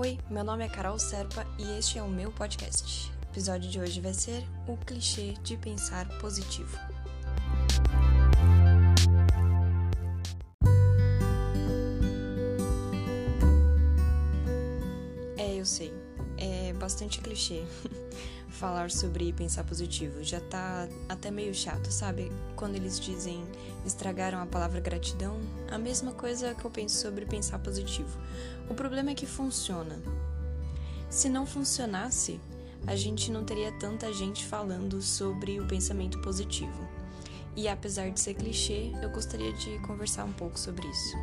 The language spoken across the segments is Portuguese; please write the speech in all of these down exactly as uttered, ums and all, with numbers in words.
Oi, meu nome é Carol Serpa e este é o meu podcast. O episódio de hoje vai ser o clichê de pensar positivo. É, eu sei, é bastante clichê falar sobre pensar positivo. Já tá até meio chato, sabe? Quando eles dizem estragaram a palavra gratidão, a mesma coisa que eu penso sobre pensar positivo. O problema é que funciona. Se não funcionasse, a gente não teria tanta gente falando sobre o pensamento positivo. E apesar de ser clichê, eu gostaria de conversar um pouco sobre isso.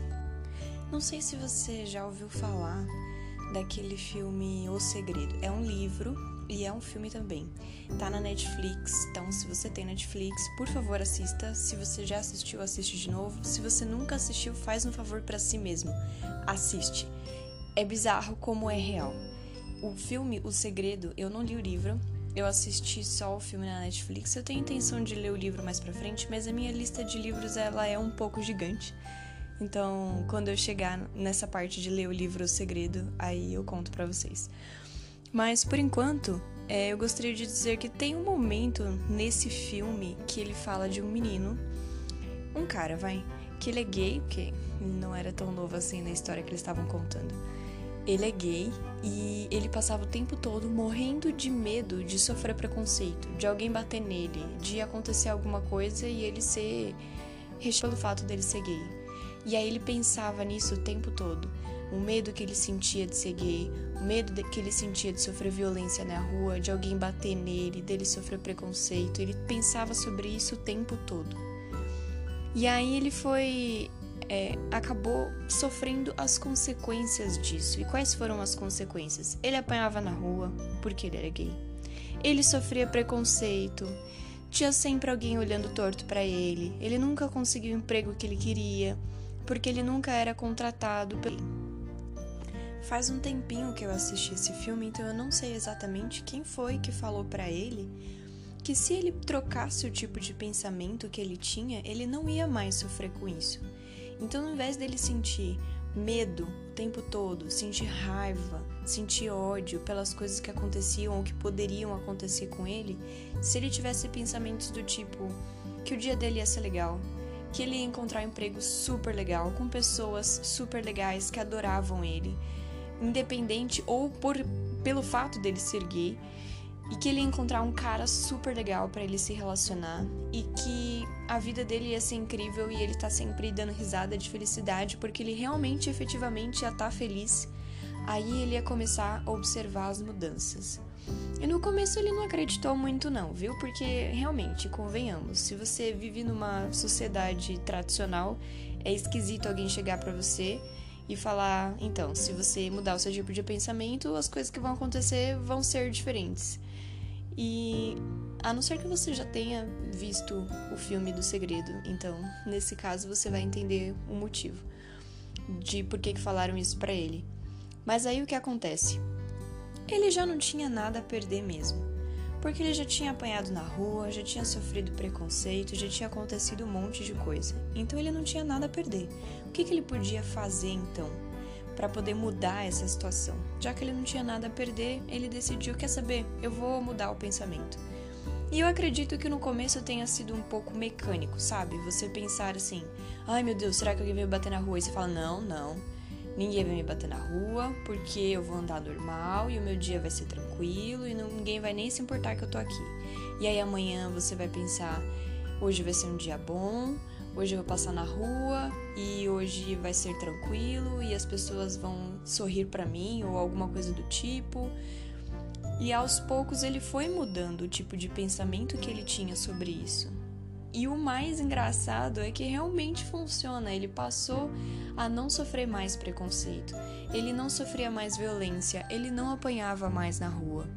Não sei se você já ouviu falar daquele filme O Segredo. É um livro e é um filme também. Tá na Netflix, então se você tem Netflix, por favor assista. Se você já assistiu, assiste de novo. Se você nunca assistiu, faz um favor pra si mesmo. Assiste. É bizarro como é real. O filme O Segredo, eu não li o livro, eu assisti só o filme na Netflix. Eu tenho intenção de ler o livro mais pra frente, mas a minha lista de livros ela é um pouco gigante. Então, quando eu chegar nessa parte de ler o livro O Segredo, aí eu conto pra vocês. Mas, por enquanto, é, eu gostaria de dizer que tem um momento nesse filme que ele fala de um menino, um cara, vai, que ele é gay, porque ele não era tão novo assim na história que eles estavam contando. Ele é gay e ele passava o tempo todo morrendo de medo de sofrer preconceito, de alguém bater nele, de acontecer alguma coisa e ele ser rechaçado pelo fato dele ser gay. E aí ele pensava nisso o tempo todo. O medo que ele sentia de ser gay, o medo que ele sentia de sofrer violência na rua, de alguém bater nele, dele sofrer preconceito. Ele pensava sobre isso o tempo todo. E aí ele foi... É, acabou sofrendo as consequências disso. E quais foram as consequências? Ele apanhava na rua porque ele era gay. Ele sofria preconceito. Tinha sempre alguém olhando torto pra ele. Ele nunca conseguiu o emprego que ele queria porque ele nunca era contratado. Faz um tempinho que eu assisti esse filme, então eu não sei exatamente quem foi que falou pra ele que se ele trocasse o tipo de pensamento que ele tinha, ele não ia mais sofrer com isso. Então, ao invés dele sentir medo o tempo todo, sentir raiva, sentir ódio pelas coisas que aconteciam ou que poderiam acontecer com ele, se ele tivesse pensamentos do tipo que o dia dele ia ser legal, que ele ia encontrar um emprego super legal, com pessoas super legais que adoravam ele, independente ou por, pelo fato dele ser gay, e que ele ia encontrar um cara super legal pra ele se relacionar e que a vida dele ia ser incrível e ele tá sempre dando risada de felicidade porque ele realmente, efetivamente ia estar feliz. Aí ele ia começar a observar as mudanças. E no começo ele não acreditou muito não, viu? Porque realmente, convenhamos, se você vive numa sociedade tradicional, é esquisito alguém chegar pra você e falar, então, se você mudar o seu tipo de pensamento, as coisas que vão acontecer vão ser diferentes. E a não ser que você já tenha visto o filme do Segredo, então, nesse caso, você vai entender o motivo de por que que falaram isso pra ele. Mas aí o que acontece? Ele já não tinha nada a perder mesmo, porque ele já tinha apanhado na rua, já tinha sofrido preconceito, já tinha acontecido um monte de coisa. Então ele não tinha nada a perder. O que que ele podia fazer então para poder mudar essa situação? Já que ele não tinha nada a perder, ele decidiu, quer saber, eu vou mudar o pensamento. E eu acredito que no começo tenha sido um pouco mecânico, sabe? Você pensar assim, ai meu Deus, será que alguém vai me bater na rua? E você fala, não, não, ninguém vai me bater na rua, porque eu vou andar normal e o meu dia vai ser tranquilo e ninguém vai nem se importar que eu tô aqui. E aí amanhã você vai pensar, hoje vai ser um dia bom, hoje eu vou passar na rua e hoje vai ser tranquilo e as pessoas vão sorrir pra mim ou alguma coisa do tipo. E aos poucos ele foi mudando o tipo de pensamento que ele tinha sobre isso. E o mais engraçado é que realmente funciona. Ele passou a não sofrer mais preconceito. Ele não sofria mais violência. Ele não apanhava mais na rua.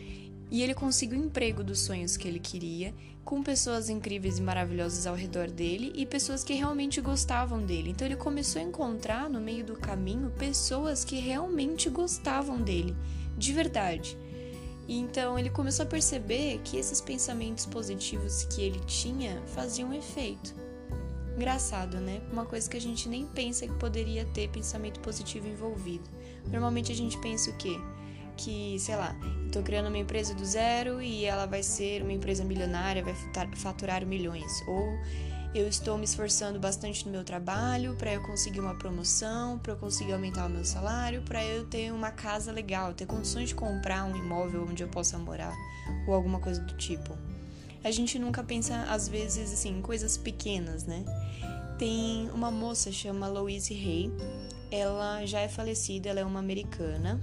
E ele conseguiu o emprego dos sonhos que ele queria, com pessoas incríveis e maravilhosas ao redor dele e pessoas que realmente gostavam dele. Então ele começou a encontrar no meio do caminho pessoas que realmente gostavam dele, de verdade. E então ele começou a perceber que esses pensamentos positivos que ele tinha faziam efeito. engraçado, né? Uma coisa que a gente nem pensa que poderia ter pensamento positivo envolvido. Normalmente a gente pensa o quê? Que, sei lá, eu tô criando uma empresa do zero e ela vai ser uma empresa milionária, vai faturar milhões. Ou eu estou me esforçando bastante no meu trabalho para eu conseguir uma promoção, para eu conseguir aumentar o meu salário, para eu ter uma casa legal, ter condições de comprar um imóvel onde eu possa morar, ou alguma coisa do tipo. A gente nunca pensa, às vezes, assim, em coisas pequenas, né? Tem uma moça, chama Louise Hay, ela já é falecida, ela é uma americana,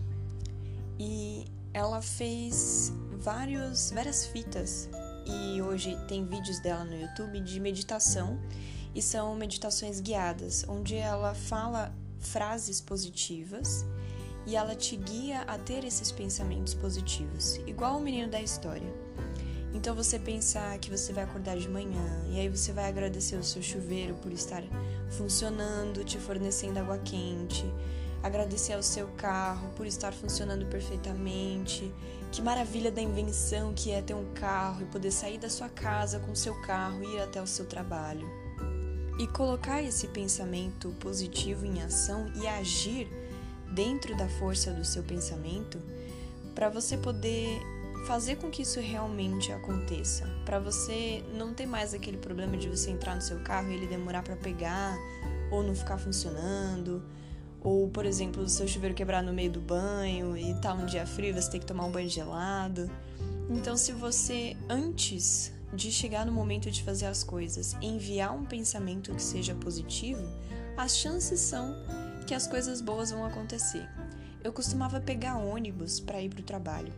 e ela fez vários, várias fitas, e hoje tem vídeos dela no YouTube de meditação, e são meditações guiadas, onde ela fala frases positivas e ela te guia a ter esses pensamentos positivos, igual o menino da história. Então você pensar que você vai acordar de manhã e aí você vai agradecer o seu chuveiro por estar funcionando, te fornecendo água quente, agradecer ao seu carro por estar funcionando perfeitamente. Que maravilha da invenção que é ter um carro e poder sair da sua casa com o seu carro e ir até o seu trabalho. E colocar esse pensamento positivo em ação e agir dentro da força do seu pensamento para você poder fazer com que isso realmente aconteça, para você não ter mais aquele problema de você entrar no seu carro e ele demorar para pegar, ou não ficar funcionando, ou, por exemplo, o seu chuveiro quebrar no meio do banho e tá um dia frio, você tem que tomar um banho gelado. Então, se você, antes de chegar no momento de fazer as coisas, enviar um pensamento que seja positivo, as chances são que as coisas boas vão acontecer. Eu costumava pegar ônibus para ir para o trabalho.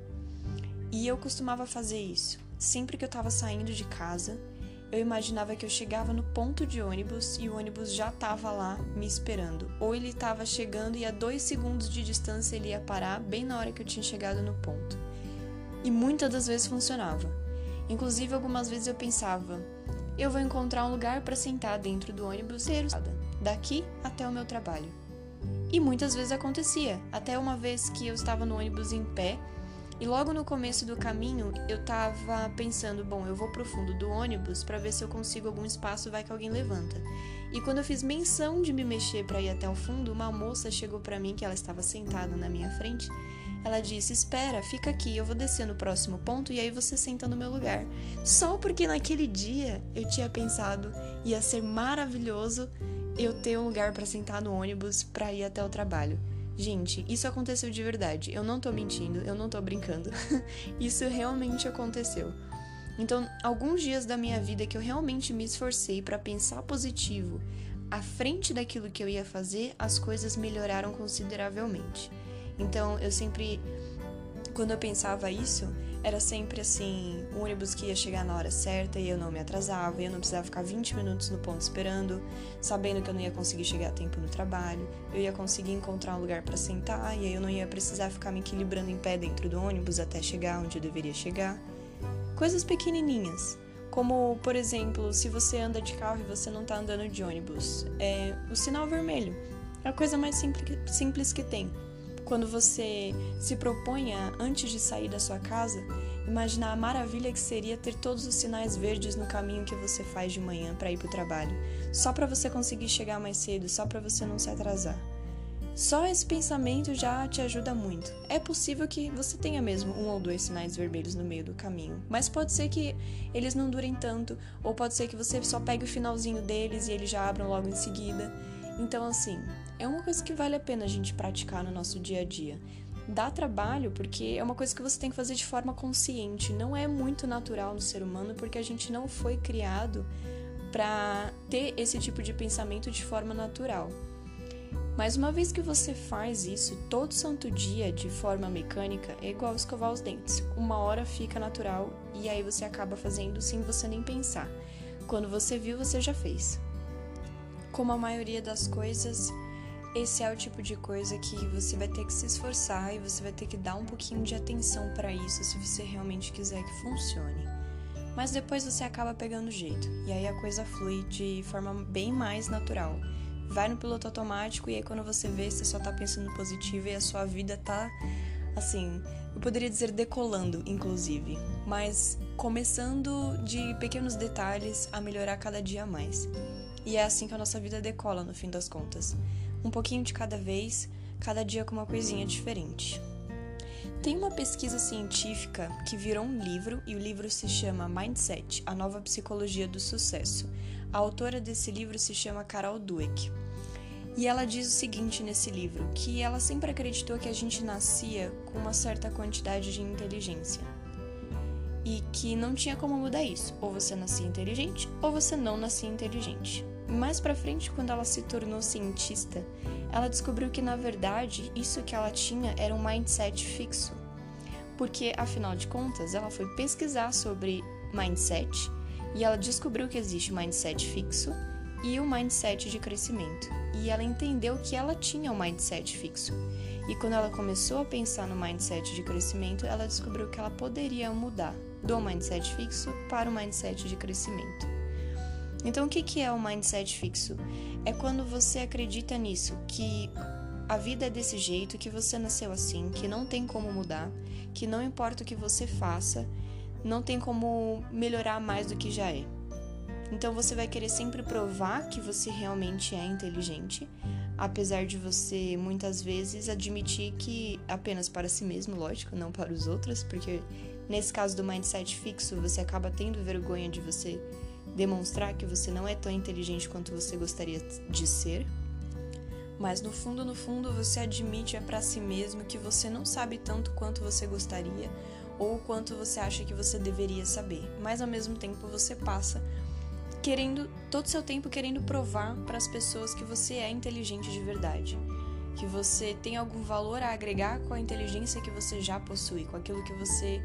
E eu costumava fazer isso. Sempre que eu estava saindo de casa, eu imaginava que eu chegava no ponto de ônibus e o ônibus já estava lá me esperando. Ou ele estava chegando e a dois segundos de distância ele ia parar bem na hora que eu tinha chegado no ponto. E muitas das vezes funcionava. Inclusive, algumas vezes eu pensava, eu vou encontrar um lugar para sentar dentro do ônibus daqui até o meu trabalho. E muitas vezes acontecia. Até uma vez que eu estava no ônibus em pé, e logo no começo do caminho, eu tava pensando, bom, eu vou pro fundo do ônibus para ver se eu consigo algum espaço, vai que alguém levanta. E quando eu fiz menção de me mexer para ir até o fundo, uma moça chegou para mim, que ela estava sentada na minha frente. Ela disse, espera, fica aqui, eu vou descer no próximo ponto e aí você senta no meu lugar. Só porque naquele dia eu tinha pensado, ia ser maravilhoso eu ter um lugar para sentar no ônibus para ir até o trabalho. Gente, isso aconteceu de verdade. Eu não tô mentindo, eu não tô brincando. Isso realmente aconteceu. Então, alguns dias da minha vida que eu realmente me esforcei para pensar positivo, à frente daquilo que eu ia fazer, as coisas melhoraram consideravelmente. Então, eu sempre, quando eu pensava isso, era sempre assim, o ônibus que ia chegar na hora certa e eu não me atrasava, e eu não precisava ficar vinte minutos no ponto esperando, sabendo que eu não ia conseguir chegar a tempo no trabalho, eu ia conseguir encontrar um lugar para sentar, e aí eu não ia precisar ficar me equilibrando em pé dentro do ônibus até chegar onde eu deveria chegar. Coisas pequenininhas, como, por exemplo, se você anda de carro e você não tá andando de ônibus, é o sinal vermelho, é a coisa mais simples, simples que tem. Quando você se propõe a, antes de sair da sua casa, imaginar a maravilha que seria ter todos os sinais verdes no caminho que você faz de manhã para ir para o trabalho, só para você conseguir chegar mais cedo, só para você não se atrasar. Só esse pensamento já te ajuda muito. É possível que você tenha mesmo um ou dois sinais vermelhos no meio do caminho, mas pode ser que eles não durem tanto, ou pode ser que você só pegue o finalzinho deles e eles já abram logo em seguida. Então, assim, é uma coisa que vale a pena a gente praticar no nosso dia a dia. Dá trabalho porque é uma coisa que você tem que fazer de forma consciente. Não é muito natural no ser humano porque a gente não foi criado para ter esse tipo de pensamento de forma natural. Mas uma vez que você faz isso todo santo dia de forma mecânica, é igual escovar os dentes. Uma hora fica natural e aí você acaba fazendo sem você nem pensar. Quando você viu, você já fez. Como a maioria das coisas, esse é o tipo de coisa que você vai ter que se esforçar e você vai ter que dar um pouquinho de atenção para isso se você realmente quiser que funcione. Mas depois você acaba pegando jeito e aí a coisa flui de forma bem mais natural. Vai no piloto automático e aí quando você vê, você só tá pensando positivo e a sua vida tá, assim, eu poderia dizer decolando, inclusive, mas começando de pequenos detalhes a melhorar cada dia mais. E é assim que a nossa vida decola, no fim das contas. Um pouquinho de cada vez, cada dia com uma coisinha diferente. Tem uma pesquisa científica que virou um livro, e o livro se chama Mindset, a nova psicologia do sucesso. A autora desse livro se chama Carol Dweck. E ela diz o seguinte nesse livro, que ela sempre acreditou que a gente nascia com uma certa quantidade de inteligência. E que não tinha como mudar isso. Ou você nascia inteligente, ou você não nascia inteligente. Mais pra frente, quando ela se tornou cientista, ela descobriu que, na verdade, isso que ela tinha era um mindset fixo. Porque, afinal de contas, ela foi pesquisar sobre mindset e ela descobriu que existe mindset fixo e o mindset de crescimento. E ela entendeu que ela tinha um mindset fixo. E quando ela começou a pensar no mindset de crescimento, ela descobriu que ela poderia mudar do mindset fixo para o mindset de crescimento. Então, o que é o mindset fixo? É quando você acredita nisso, que a vida é desse jeito, que você nasceu assim, que não tem como mudar, que não importa o que você faça, não tem como melhorar mais do que já é. Então, você vai querer sempre provar que você realmente é inteligente, apesar de você, muitas vezes, admitir que apenas para si mesmo, lógico, não para os outros, porque nesse caso do mindset fixo, você acaba tendo vergonha de você demonstrar que você não é tão inteligente quanto você gostaria de ser, mas no fundo, no fundo, você admite é para si mesmo que você não sabe tanto quanto você gostaria ou quanto você acha que você deveria saber, mas ao mesmo tempo você passa querendo, todo o seu tempo querendo provar para as pessoas que você é inteligente de verdade, que você tem algum valor a agregar com a inteligência que você já possui, com aquilo que você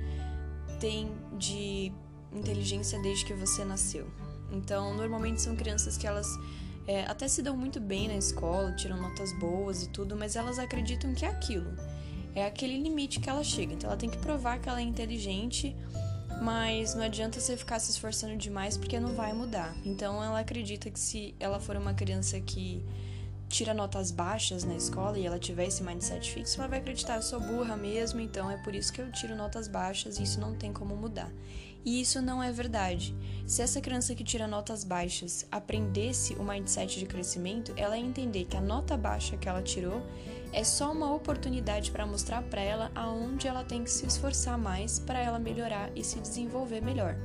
tem de inteligência desde que você nasceu. Então, normalmente são crianças que elas é, até se dão muito bem na escola, tiram notas boas e tudo, mas elas acreditam que é aquilo, é aquele limite que ela chega. Então, ela tem que provar que ela é inteligente, mas não adianta você ficar se esforçando demais porque não vai mudar. Então, ela acredita que se ela for uma criança que tira notas baixas na escola e ela tiver esse mindset fixo, ela vai acreditar, eu sou burra mesmo, então é por isso que eu tiro notas baixas e isso não tem como mudar. E isso não é verdade. Se essa criança que tira notas baixas aprendesse o mindset de crescimento, ela ia entender que a nota baixa que ela tirou é só uma oportunidade para mostrar para ela aonde ela tem que se esforçar mais para ela melhorar e se desenvolver melhor.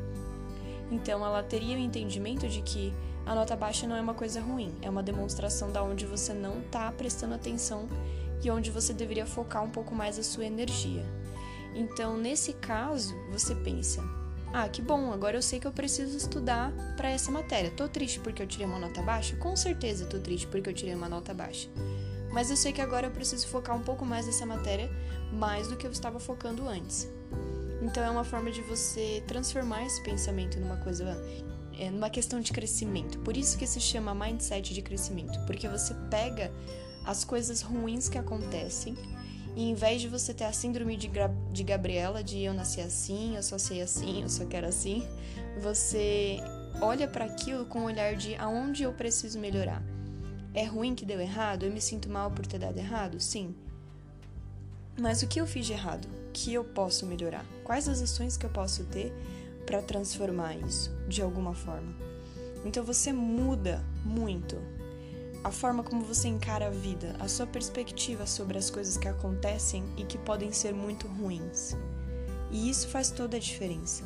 Então ela teria o entendimento de que a nota baixa não é uma coisa ruim, é uma demonstração da onde você não está prestando atenção e onde você deveria focar um pouco mais a sua energia. Então, nesse caso, você pensa, ah, que bom, agora eu sei que eu preciso estudar para essa matéria. Tô triste porque eu tirei uma nota baixa? Com certeza tô triste porque eu tirei uma nota baixa. Mas eu sei que agora eu preciso focar um pouco mais nessa matéria, mais do que eu estava focando antes. Então é uma forma de você transformar esse pensamento numa coisa, é, numa questão de crescimento. Por isso que se chama mindset de crescimento, porque você pega as coisas ruins que acontecem e em vez de você ter a síndrome de, Gra- de Gabriela, de eu nasci assim, eu só sei assim, eu só quero assim, você olha para aquilo com o olhar de aonde eu preciso melhorar. É ruim que deu errado? Eu me sinto mal por ter dado errado? Sim. Mas o que eu fiz de errado? Que eu posso melhorar? Quais as ações que eu posso ter para transformar isso de alguma forma? Então você muda muito a forma como você encara a vida, a sua perspectiva sobre as coisas que acontecem e que podem ser muito ruins. E isso faz toda a diferença.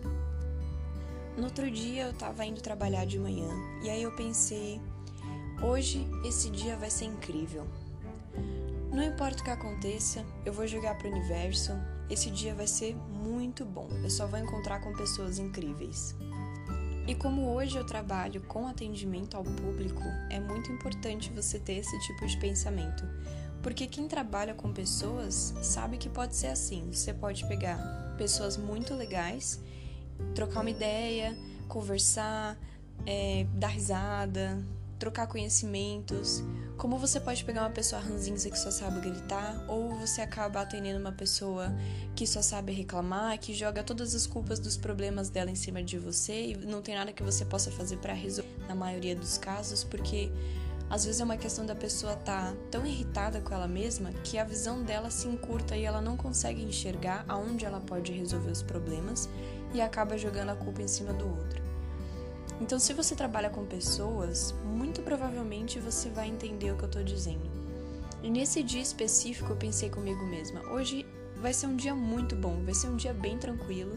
No outro dia eu estava indo trabalhar de manhã e aí eu pensei, hoje esse dia vai ser incrível. Não importa o que aconteça, eu vou jogar pro universo, esse dia vai ser muito bom, eu só vou encontrar com pessoas incríveis. E como hoje eu trabalho com atendimento ao público, é muito importante você ter esse tipo de pensamento. Porque quem trabalha com pessoas sabe que pode ser assim. Você pode pegar pessoas muito legais, trocar uma ideia, conversar, é, dar risada, trocar conhecimentos. Como você pode pegar uma pessoa ranzinza que só sabe gritar, ou você acaba atendendo uma pessoa que só sabe reclamar, que joga todas as culpas dos problemas dela em cima de você e não tem nada que você possa fazer para resolver na maioria dos casos, porque às vezes é uma questão da pessoa estar tá tão irritada com ela mesma que a visão dela se encurta e ela não consegue enxergar aonde ela pode resolver os problemas e acaba jogando a culpa em cima do outro. Então, se você trabalha com pessoas, muito provavelmente você vai entender o que eu tô dizendo. E nesse dia específico, eu pensei comigo mesma, hoje vai ser um dia muito bom, vai ser um dia bem tranquilo.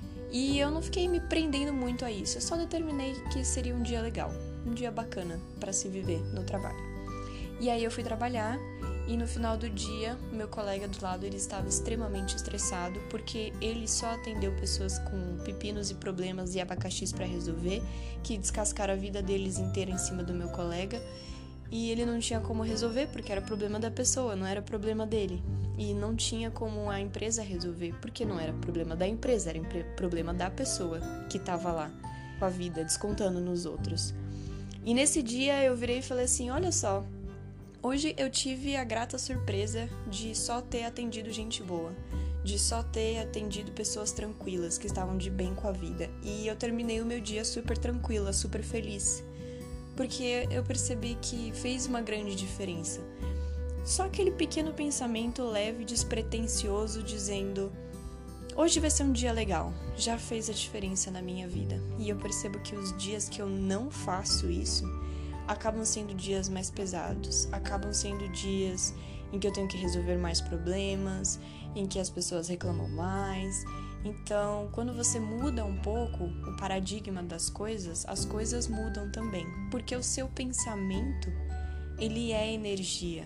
E eu não fiquei me prendendo muito a isso, eu só determinei que seria um dia legal, um dia bacana para se viver no trabalho. E aí eu fui trabalhar e no final do dia, meu colega do lado, ele estava extremamente estressado porque ele só atendeu pessoas com pepinos e problemas e abacaxis para resolver, que descascaram a vida deles inteira em cima do meu colega, e ele não tinha como resolver porque era problema da pessoa, não era problema dele. E não tinha como a empresa resolver, porque não era problema da empresa, era problema da pessoa que estava lá com a vida, descontando nos outros. E nesse dia eu virei e falei assim, olha só, hoje eu tive a grata surpresa de só ter atendido gente boa, de só ter atendido pessoas tranquilas, que estavam de bem com a vida. E eu terminei o meu dia super tranquila, super feliz, porque eu percebi que fez uma grande diferença. Só aquele pequeno pensamento leve e despretensioso dizendo, hoje vai ser um dia legal, já fez a diferença na minha vida. E eu percebo que os dias que eu não faço isso acabam sendo dias mais pesados, acabam sendo dias em que eu tenho que resolver mais problemas, em que as pessoas reclamam mais. Então, quando você muda um pouco o paradigma das coisas, as coisas mudam também, porque o seu pensamento, ele é energia.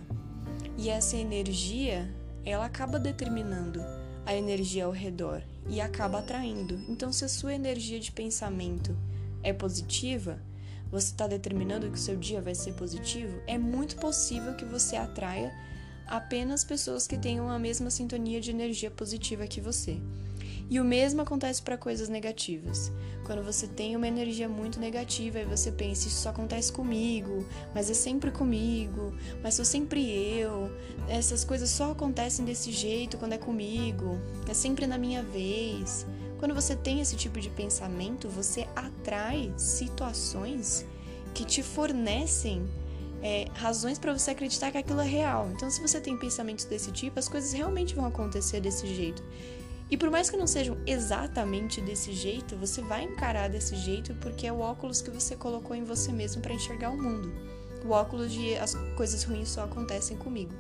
E essa energia, ela acaba determinando a energia ao redor e acaba atraindo. Então, se a sua energia de pensamento é positiva, você está determinando que o seu dia vai ser positivo, é muito possível que você atraia apenas pessoas que tenham a mesma sintonia de energia positiva que você. E o mesmo acontece para coisas negativas. Quando você tem uma energia muito negativa e você pensa, isso só acontece comigo, mas é sempre comigo, mas sou sempre eu, essas coisas só acontecem desse jeito quando é comigo, é sempre na minha vez. Quando você tem esse tipo de pensamento, você atrai situações que te fornecem é, razões para você acreditar que aquilo é real. Então, se você tem pensamentos desse tipo, as coisas realmente vão acontecer desse jeito. E por mais que não sejam exatamente desse jeito, você vai encarar desse jeito porque é o óculos que você colocou em você mesmo para enxergar o mundo. O óculos de as coisas ruins só acontecem comigo.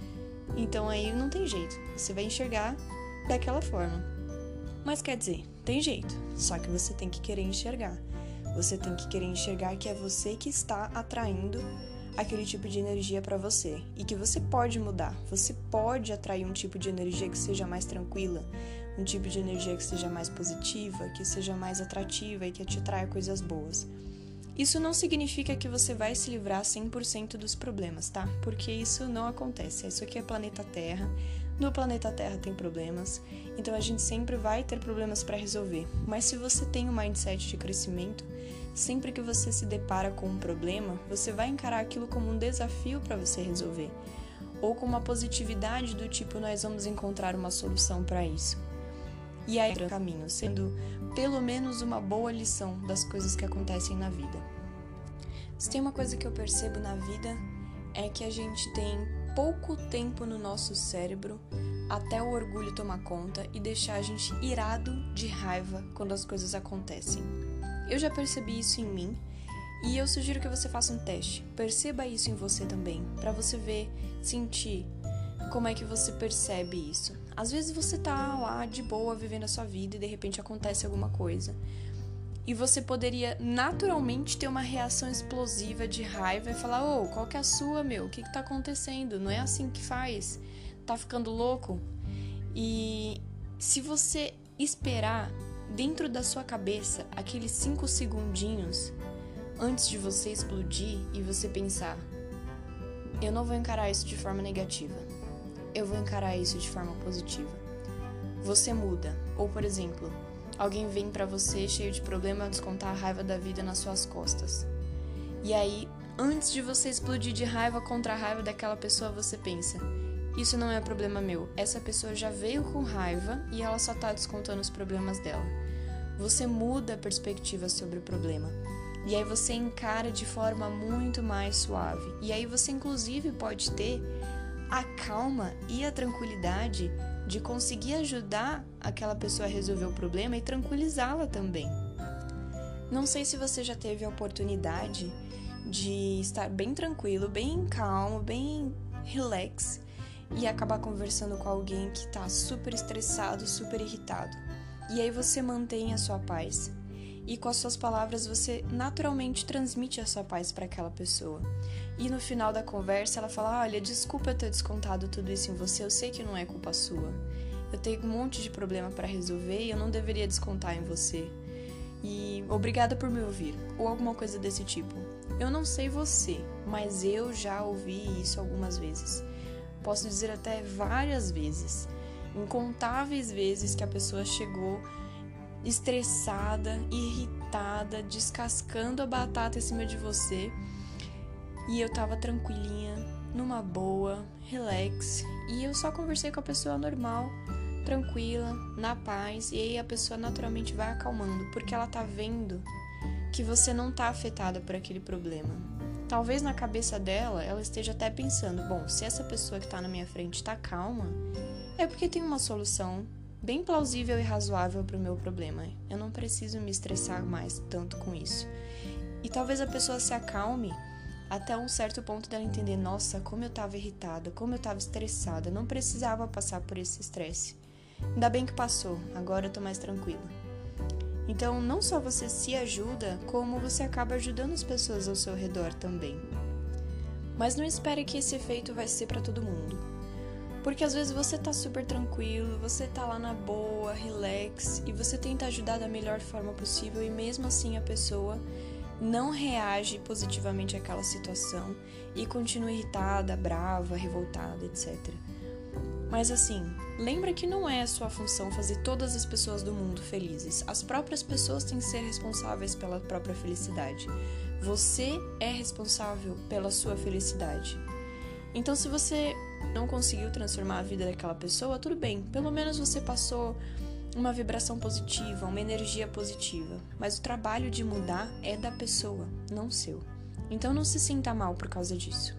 Então aí não tem jeito, você vai enxergar daquela forma. Mas quer dizer, tem jeito, só que você tem que querer enxergar. Você tem que querer enxergar que é você que está atraindo aquele tipo de energia para você e que você pode mudar. Você pode atrair um tipo de energia que seja mais tranquila, um tipo de energia que seja mais positiva, que seja mais atrativa e que te traga coisas boas. Isso não significa que você vai se livrar cem por cento dos problemas, tá? Porque isso não acontece. Isso aqui é planeta Terra. No planeta Terra tem problemas, então a gente sempre vai ter problemas para resolver. Mas se você tem um mindset de crescimento, sempre que você se depara com um problema, você vai encarar aquilo como um desafio para você resolver, ou com uma positividade do tipo, nós vamos encontrar uma solução para isso. E aí é o caminho, sendo pelo menos uma boa lição das coisas que acontecem na vida. Se tem uma coisa que eu percebo na vida, é que a gente tem pouco tempo no nosso cérebro até o orgulho tomar conta e deixar a gente irado de raiva quando as coisas acontecem. Eu já percebi isso em mim e eu sugiro que você faça um teste. Perceba isso em você também, para você ver, sentir como é que você percebe isso. Às vezes você tá lá de boa vivendo a sua vida e de repente acontece alguma coisa. E você poderia naturalmente ter uma reação explosiva de raiva e falar, ô, oh, qual que é a sua, meu? O que que tá acontecendo? Não é assim que faz? Tá ficando louco? E se você esperar dentro da sua cabeça aqueles cinco segundinhos antes de você explodir e você pensar, eu não vou encarar isso de forma negativa, eu vou encarar isso de forma positiva, você muda. Ou, por exemplo, alguém vem pra você cheio de problema descontar a raiva da vida nas suas costas, e aí, antes de você explodir de raiva contra a raiva daquela pessoa, você pensa, isso não é problema meu, essa pessoa já veio com raiva e ela só tá descontando os problemas dela. Você muda a perspectiva sobre o problema. E aí você encara de forma muito mais suave. E aí você inclusive pode ter a calma e a tranquilidade de conseguir ajudar aquela pessoa a resolver o problema e tranquilizá-la também. Não sei se você já teve a oportunidade de estar bem tranquilo, bem calmo, bem relax e acabar conversando com alguém que tá super estressado, super irritado. E aí você mantém a sua paz. E com as suas palavras você naturalmente transmite a sua paz para aquela pessoa. E no final da conversa ela fala: olha, desculpa eu ter descontado tudo isso em você, eu sei que não é culpa sua. Eu tenho um monte de problema para resolver e eu não deveria descontar em você. E obrigada por me ouvir. Ou alguma coisa desse tipo. Eu não sei você, mas eu já ouvi isso algumas vezes. Posso dizer até várias vezes. Incontáveis vezes que a pessoa chegou estressada, irritada, descascando a batata em cima de você. E eu tava tranquilinha, numa boa, relax. E eu só conversei com a pessoa normal, tranquila, na paz. E aí a pessoa naturalmente vai acalmando, porque ela tá vendo que você não tá afetada por aquele problema. Talvez na cabeça dela, ela esteja até pensando: bom, se essa pessoa que tá na minha frente tá calma, é porque tem uma solução bem plausível e razoável pro meu problema. Eu não preciso me estressar mais tanto com isso. E talvez a pessoa se acalme até um certo ponto dela entender: nossa, como eu tava irritada, como eu tava estressada, não precisava passar por esse estresse. Ainda bem que passou, agora eu tô mais tranquila. Então, não só você se ajuda, como você acaba ajudando as pessoas ao seu redor também. Mas não espere que esse efeito vai ser pra todo mundo. Porque às vezes você tá super tranquilo, você tá lá na boa, relax, e você tenta ajudar da melhor forma possível, e mesmo assim a pessoa não reage positivamente àquela situação e continua irritada, brava, revoltada, etcétera. Mas assim, lembra que não é a sua função fazer todas as pessoas do mundo felizes. As próprias pessoas têm que ser responsáveis pela própria felicidade. Você é responsável pela sua felicidade. Então, se você não conseguiu transformar a vida daquela pessoa, tudo bem. Pelo menos você passou uma vibração positiva, uma energia positiva. Mas o trabalho de mudar é da pessoa, não seu. Então, não se sinta mal por causa disso.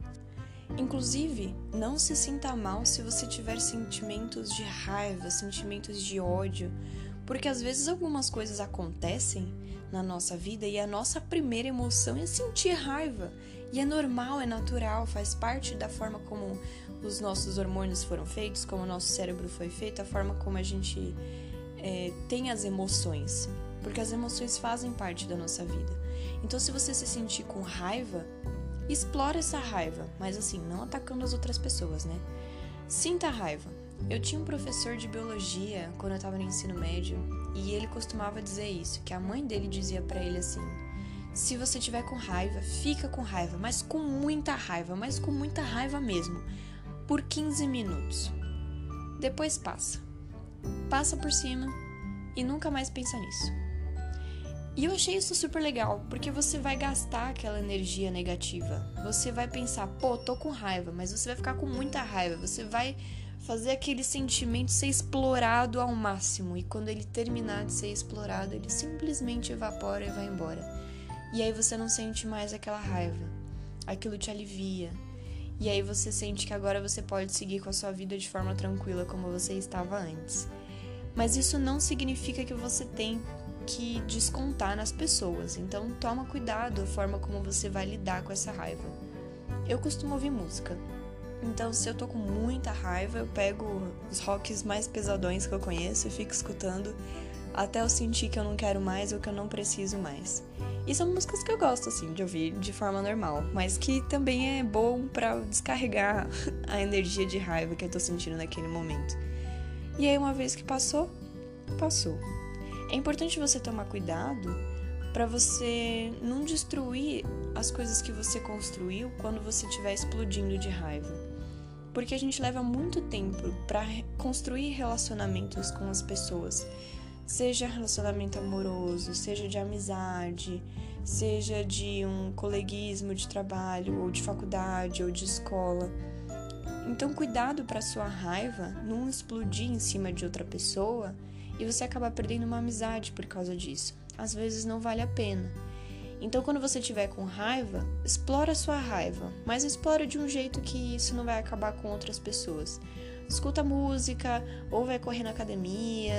Inclusive, não se sinta mal se você tiver sentimentos de raiva, sentimentos de ódio, porque às vezes algumas coisas acontecem na nossa vida e a nossa primeira emoção é sentir raiva. E é normal, é natural, faz parte da forma como os nossos hormônios foram feitos, como o nosso cérebro foi feito, a forma como a gente é, tem as emoções, porque as emoções fazem parte da nossa vida. Então, se você se sentir com raiva, explora essa raiva, mas assim, não atacando as outras pessoas, né? Sinta a raiva. Eu tinha um professor de biologia quando eu tava no ensino médio e ele costumava dizer isso, que a mãe dele dizia pra ele assim: se você tiver com raiva, fica com raiva, mas com muita raiva, mas com muita raiva mesmo, por quinze minutos. Depois passa. Passa por cima e nunca mais pensa nisso. E eu achei isso super legal, porque você vai gastar aquela energia negativa. Você vai pensar: pô, tô com raiva, mas você vai ficar com muita raiva. Você vai fazer aquele sentimento ser explorado ao máximo. E quando ele terminar de ser explorado, ele simplesmente evapora e vai embora. E aí você não sente mais aquela raiva. Aquilo te alivia. E aí você sente que agora você pode seguir com a sua vida de forma tranquila, como você estava antes. Mas isso não significa que você tem que descontar nas pessoas. Então toma cuidado a forma como você vai lidar com essa raiva. Eu costumo ouvir música. Então, se eu tô com muita raiva, eu pego os rocks mais pesadões que eu conheço e fico escutando até eu sentir que eu não quero mais ou que eu não preciso mais. E são músicas que eu gosto, assim, de ouvir de forma normal, mas que também é bom pra descarregar a energia de raiva que eu tô sentindo naquele momento. E aí, uma vez que passou, passou. É importante você tomar cuidado pra você não destruir as coisas que você construiu quando você estiver explodindo de raiva. Porque a gente leva muito tempo pra construir relacionamentos com as pessoas. Seja relacionamento amoroso, seja de amizade, seja de um coleguismo de trabalho, ou de faculdade, ou de escola. Então, cuidado para sua raiva não explodir em cima de outra pessoa e você acabar perdendo uma amizade por causa disso. Às vezes não vale a pena. Então, quando você estiver com raiva, explora a sua raiva, mas explora de um jeito que isso não vai acabar com outras pessoas. Escuta música, ou vai correr na academia,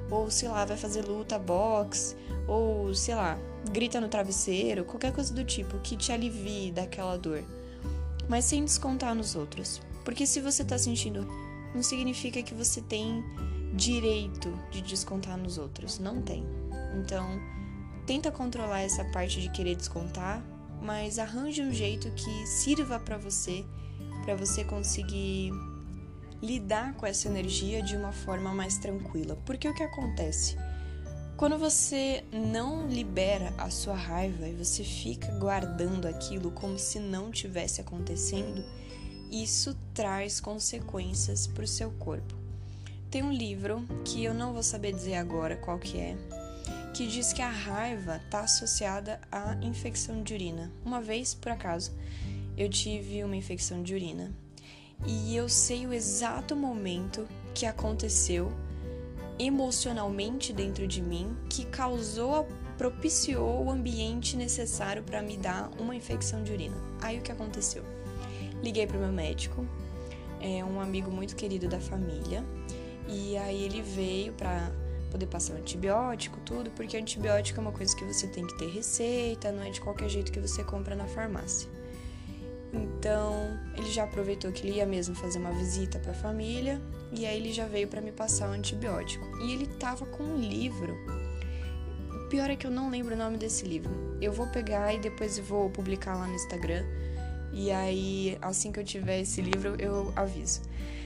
ou sei lá, vai fazer luta, boxe, ou sei lá, grita no travesseiro, qualquer coisa do tipo que te alivie daquela dor, mas sem descontar nos outros. Porque se você tá sentindo, não significa que você tem direito de descontar nos outros, não tem. Então, tenta controlar essa parte de querer descontar, mas arranje um jeito que sirva pra você, pra você conseguir lidar com essa energia de uma forma mais tranquila. Porque o que acontece? Quando você não libera a sua raiva e você fica guardando aquilo como se não tivesse acontecendo, isso traz consequências para o seu corpo. Tem um livro, que eu não vou saber dizer agora qual que é, que diz que a raiva está associada à infecção de urina. Uma vez, por acaso, eu tive uma infecção de urina e eu sei o exato momento que aconteceu emocionalmente dentro de mim, que causou, propiciou o ambiente necessário para me dar uma infecção de urina. Aí o que aconteceu? Liguei para o meu médico, é um amigo muito querido da família, e aí ele veio para poder passar um antibiótico, tudo, porque antibiótico é uma coisa que você tem que ter receita, não é de qualquer jeito que você compra na farmácia. Então, ele já aproveitou que ele ia mesmo fazer uma visita para a família, e aí ele já veio para me passar o antibiótico. E ele tava com um livro. O pior é que eu não lembro o nome desse livro. Eu vou pegar e depois eu vou publicar lá no Instagram. E aí, assim que eu tiver esse livro, eu aviso.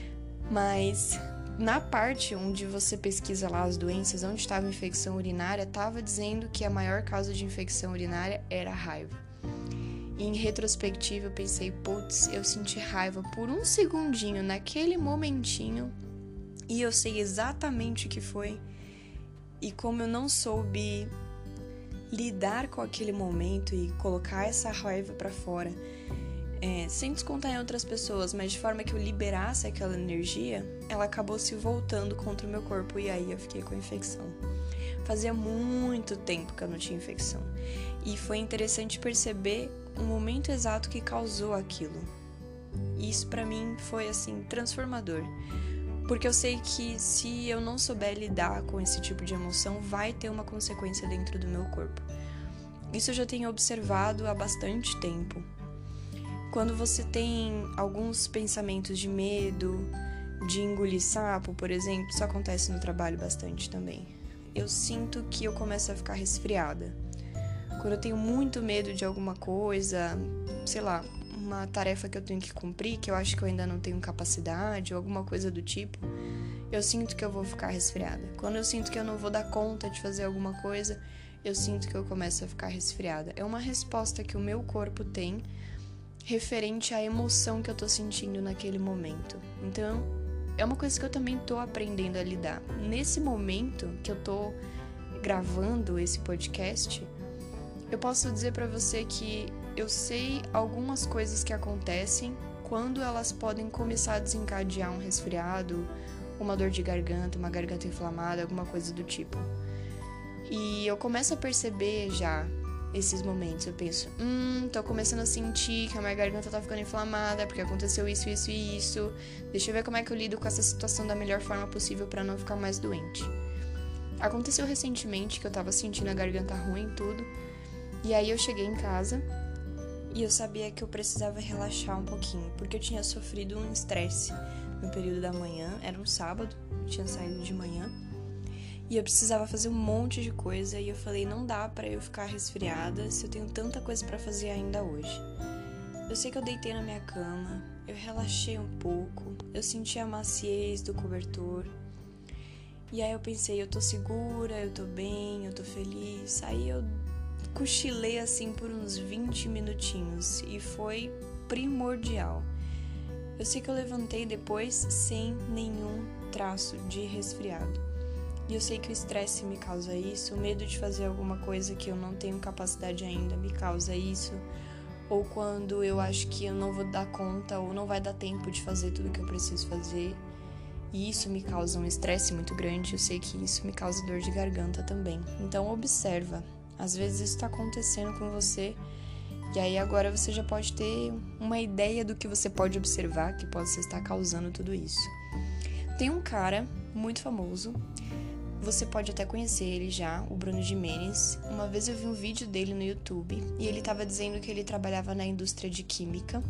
Mas na parte onde você pesquisa lá as doenças, onde estava a infecção urinária, estava dizendo que a maior causa de infecção urinária era a raiva. E em retrospectiva eu pensei, putz, eu senti raiva por um segundinho, naquele momentinho, e eu sei exatamente o que foi. E como eu não soube lidar com aquele momento e colocar essa raiva pra fora, é, sem descontar em outras pessoas, mas de forma que eu liberasse aquela energia, ela acabou se voltando contra o meu corpo e aí eu fiquei com infecção. Fazia muito tempo que eu não tinha infecção. E foi interessante perceber o momento exato que causou aquilo. E isso pra mim foi assim transformador, porque eu sei que se eu não souber lidar com esse tipo de emoção, vai ter uma consequência dentro do meu corpo. Isso eu já tenho observado há bastante tempo. Quando você tem alguns pensamentos de medo, de engolir sapo, por exemplo, isso acontece no trabalho bastante também. Eu sinto que eu começo a ficar resfriada. Quando eu tenho muito medo de alguma coisa, sei lá, uma tarefa que eu tenho que cumprir, que eu acho que eu ainda não tenho capacidade, ou alguma coisa do tipo, eu sinto que eu vou ficar resfriada. Quando eu sinto que eu não vou dar conta de fazer alguma coisa, eu sinto que eu começo a ficar resfriada. É uma resposta que o meu corpo tem referente à emoção que eu tô sentindo naquele momento. Então, é uma coisa que eu também tô aprendendo a lidar. Nesse momento que eu tô gravando esse podcast, eu posso dizer pra você que eu sei algumas coisas que acontecem quando elas podem começar a desencadear um resfriado, uma dor de garganta, uma garganta inflamada, alguma coisa do tipo. E eu começo a perceber já esses momentos. Eu penso, hum, tô começando a sentir que a minha garganta tá ficando inflamada porque aconteceu isso, isso e isso. Deixa eu ver como é que eu lido com essa situação da melhor forma possível pra não ficar mais doente. Aconteceu recentemente que eu tava sentindo a garganta ruim e tudo. E aí eu cheguei em casa e eu sabia que eu precisava relaxar um pouquinho, porque eu tinha sofrido um estresse no período da manhã, era um sábado, eu tinha saído de manhã, e eu precisava fazer um monte de coisa, e eu falei, não dá pra eu ficar resfriada se eu tenho tanta coisa pra fazer ainda hoje. Eu sei que eu deitei na minha cama, eu relaxei um pouco, eu senti a maciez do cobertor, e aí eu pensei, eu tô segura, eu tô bem, eu tô feliz, aí eu cochilei assim por uns vinte minutinhos e foi primordial. Eu sei que eu levantei depois sem nenhum traço de resfriado. E eu sei que o estresse me causa isso, o medo de fazer alguma coisa que eu não tenho capacidade ainda me causa isso, ou quando eu acho que eu não vou dar conta ou não vai dar tempo de fazer tudo que eu preciso fazer. E isso me causa um estresse muito grande, eu sei que isso me causa dor de garganta também. Então observa. Às vezes isso está acontecendo com você e aí agora você já pode ter uma ideia do que você pode observar que possa estar causando tudo isso. Tem um cara muito famoso, você pode até conhecer ele já, o Bruno Gimenez. Uma vez eu vi um vídeo dele no YouTube e ele estava dizendo que ele trabalhava na indústria de química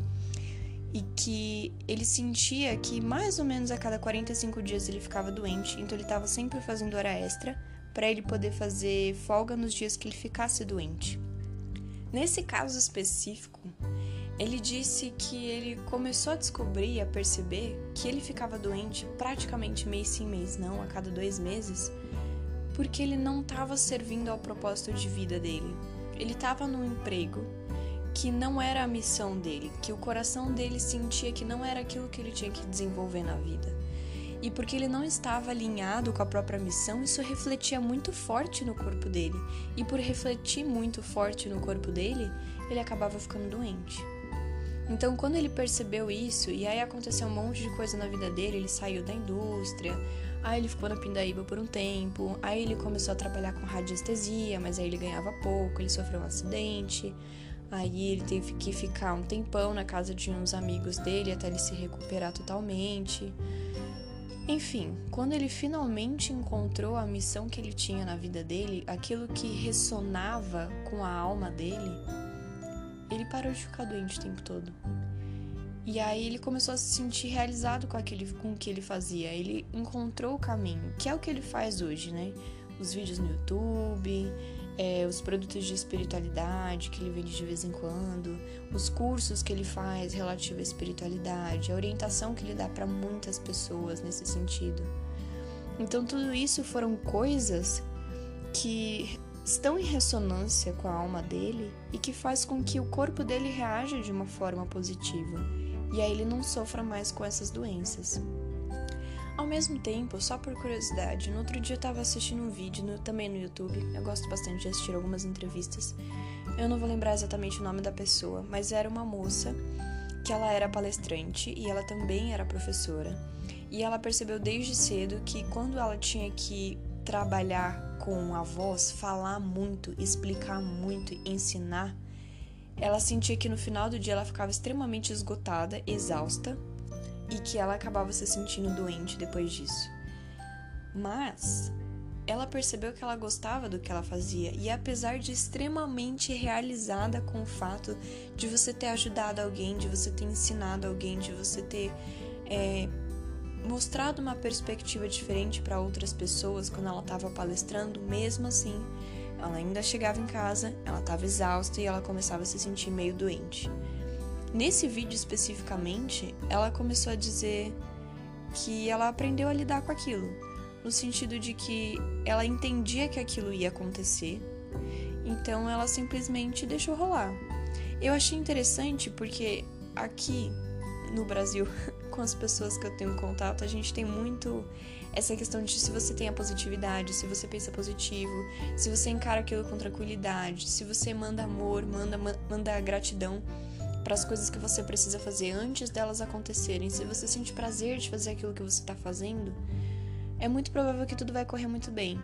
e que ele sentia que mais ou menos a cada quarenta e cinco dias ele ficava doente, então ele estava sempre fazendo hora extra para ele poder fazer folga nos dias que ele ficasse doente. Nesse caso específico, ele disse que ele começou a descobrir e a perceber que ele ficava doente praticamente mês sim, mês não, a cada dois meses, porque ele não estava servindo ao propósito de vida dele. Ele estava num emprego que não era a missão dele, que o coração dele sentia que não era aquilo que ele tinha que desenvolver na vida. E porque ele não estava alinhado com a própria missão, isso refletia muito forte no corpo dele. E por refletir muito forte no corpo dele, ele acabava ficando doente. Então, quando ele percebeu isso, e aí aconteceu um monte de coisa na vida dele, ele saiu da indústria, aí ele ficou na Pindaíba por um tempo, aí ele começou a trabalhar com radiestesia, mas aí ele ganhava pouco, ele sofreu um acidente, aí ele teve que ficar um tempão na casa de uns amigos dele até ele se recuperar totalmente. Enfim, quando ele finalmente encontrou a missão que ele tinha na vida dele, aquilo que ressonava com a alma dele, ele parou de ficar doente o tempo todo. E aí ele começou a se sentir realizado com, aquele, com o que ele fazia. Ele encontrou o caminho, que é o que ele faz hoje, né? Os vídeos no YouTube, é, os produtos de espiritualidade que ele vende de vez em quando, os cursos que ele faz relativo à espiritualidade, a orientação que ele dá para muitas pessoas nesse sentido. Então tudo isso foram coisas que estão em ressonância com a alma dele e que faz com que o corpo dele reaja de uma forma positiva e aí ele não sofra mais com essas doenças. Ao mesmo tempo, só por curiosidade, no outro dia eu estava assistindo um vídeo no, também no YouTube. Eu gosto bastante de assistir algumas entrevistas. Eu não vou lembrar exatamente o nome da pessoa, mas era uma moça que ela era palestrante e ela também era professora. E ela percebeu desde cedo que quando ela tinha que trabalhar com a voz, falar muito, explicar muito, ensinar, ela sentia que no final do dia ela ficava extremamente esgotada, exausta, e que ela acabava se sentindo doente depois disso. Mas ela percebeu que ela gostava do que ela fazia e apesar de extremamente realizada com o fato de você ter ajudado alguém, de você ter ensinado alguém, de você ter é, mostrado uma perspectiva diferente para outras pessoas quando ela estava palestrando, mesmo assim, ela ainda chegava em casa, ela estava exausta e ela começava a se sentir meio doente. Nesse vídeo especificamente, ela começou a dizer que ela aprendeu a lidar com aquilo, no sentido de que ela entendia que aquilo ia acontecer, então ela simplesmente deixou rolar. Eu achei interessante porque aqui no Brasil, com as pessoas que eu tenho contato, a gente tem muito essa questão de se você tem a positividade, se você pensa positivo, se você encara aquilo com tranquilidade, se você manda amor, manda, manda gratidão para as coisas que você precisa fazer antes delas acontecerem, se você sente prazer de fazer aquilo que você está fazendo, é muito provável que tudo vai correr muito bem.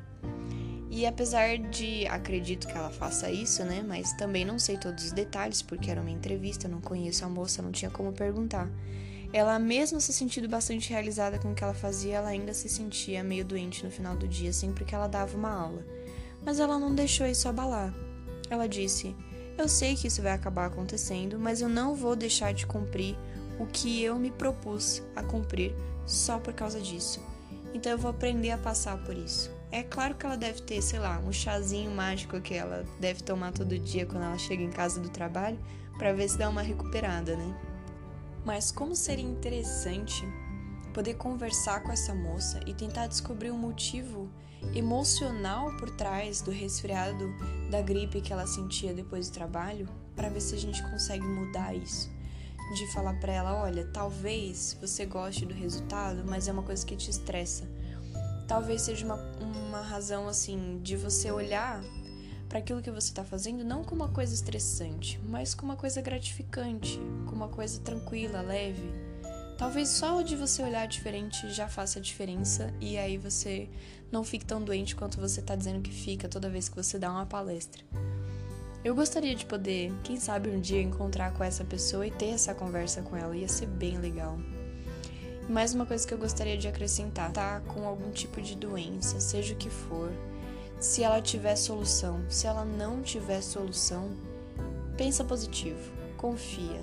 E apesar de, acredito que ela faça isso, né, mas também não sei todos os detalhes, porque era uma entrevista, não conheço a moça, não tinha como perguntar. Ela, mesmo se sentindo bastante realizada com o que ela fazia, ela ainda se sentia meio doente no final do dia, sempre que ela dava uma aula. Mas ela não deixou isso abalar. Ela disse: eu sei que isso vai acabar acontecendo, mas eu não vou deixar de cumprir o que eu me propus a cumprir só por causa disso. Então eu vou aprender a passar por isso. É claro que ela deve ter, sei lá, um chazinho mágico que ela deve tomar todo dia quando ela chega em casa do trabalho para ver se dá uma recuperada, né? Mas como seria interessante poder conversar com essa moça e tentar descobrir o motivo emocional por trás do resfriado, da gripe que ela sentia depois do trabalho, para ver se a gente consegue mudar isso. De falar para ela: olha, talvez você goste do resultado, mas é uma coisa que te estressa. Talvez seja uma, uma razão assim de você olhar para aquilo que você está fazendo não como uma coisa estressante, mas como uma coisa gratificante, como uma coisa tranquila, leve. Talvez só de você olhar diferente já faça a diferença e aí você não fique tão doente quanto você está dizendo que fica toda vez que você dá uma palestra. Eu gostaria de poder, quem sabe um dia, encontrar com essa pessoa e ter essa conversa com ela, ia ser bem legal. Mais uma coisa que eu gostaria de acrescentar: tá com algum tipo de doença, seja o que for, se ela tiver solução, se ela não tiver solução, pensa positivo, confia.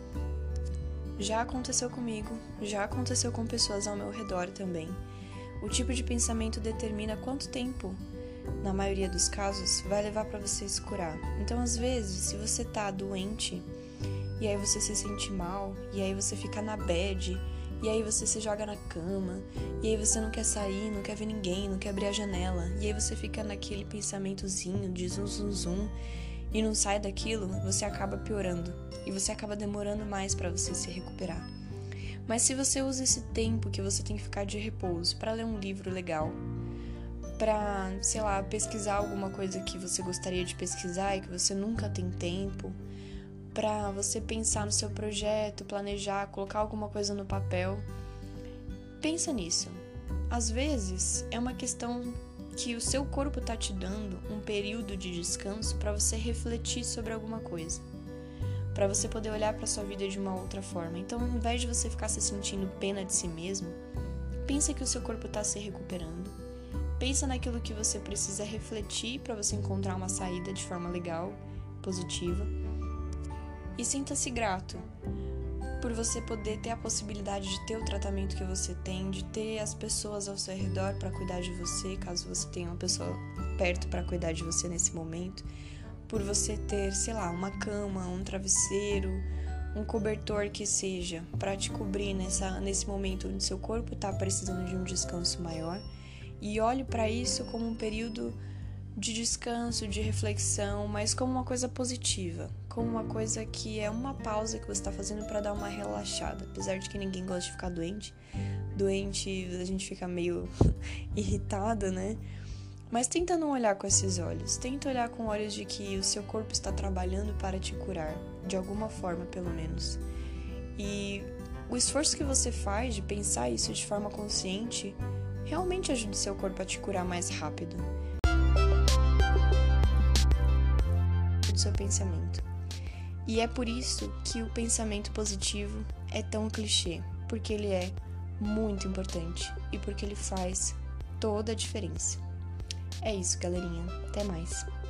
Já aconteceu comigo, já aconteceu com pessoas ao meu redor também. O tipo de pensamento determina quanto tempo, na maioria dos casos, vai levar para você se curar. Então, às vezes, se você tá doente, e aí você se sente mal, e aí você fica na bad, e aí você se joga na cama, e aí você não quer sair, não quer ver ninguém, não quer abrir a janela, e aí você fica naquele pensamentozinho de zum zum zum, e não sai daquilo, você acaba piorando, e você acaba demorando mais para você se recuperar. Mas se você usa esse tempo que você tem que ficar de repouso para ler um livro legal, para, sei lá, pesquisar alguma coisa que você gostaria de pesquisar e que você nunca tem tempo, para você pensar no seu projeto, planejar, colocar alguma coisa no papel, pensa nisso. Às vezes é uma questão que o seu corpo tá te dando um período de descanso para você refletir sobre alguma coisa, para você poder olhar para sua vida de uma outra forma. Então, ao invés de você ficar se sentindo pena de si mesmo, pensa que o seu corpo tá se recuperando. Pensa naquilo que você precisa refletir para você encontrar uma saída de forma legal, positiva. E sinta-se grato por você poder ter a possibilidade de ter o tratamento que você tem, de ter as pessoas ao seu redor para cuidar de você, caso você tenha uma pessoa perto para cuidar de você nesse momento, por você ter, sei lá, uma cama, um travesseiro, um cobertor que seja, para te cobrir nessa, nesse momento onde seu corpo está precisando de um descanso maior. E olhe para isso como um período de descanso, de reflexão, mas como uma coisa positiva, como uma coisa que é uma pausa que você está fazendo para dar uma relaxada. Apesar de que ninguém gosta de ficar doente, doente a gente fica meio irritado, né? Mas tenta não olhar com esses olhos, tenta olhar com olhos de que o seu corpo está trabalhando para te curar, de alguma forma pelo menos. E o esforço que você faz de pensar isso de forma consciente realmente ajuda o seu corpo a te curar mais rápido. Do seu pensamento. E é por isso que o pensamento positivo é tão clichê, porque ele é muito importante e porque ele faz toda a diferença. É isso, galerinha. Até mais.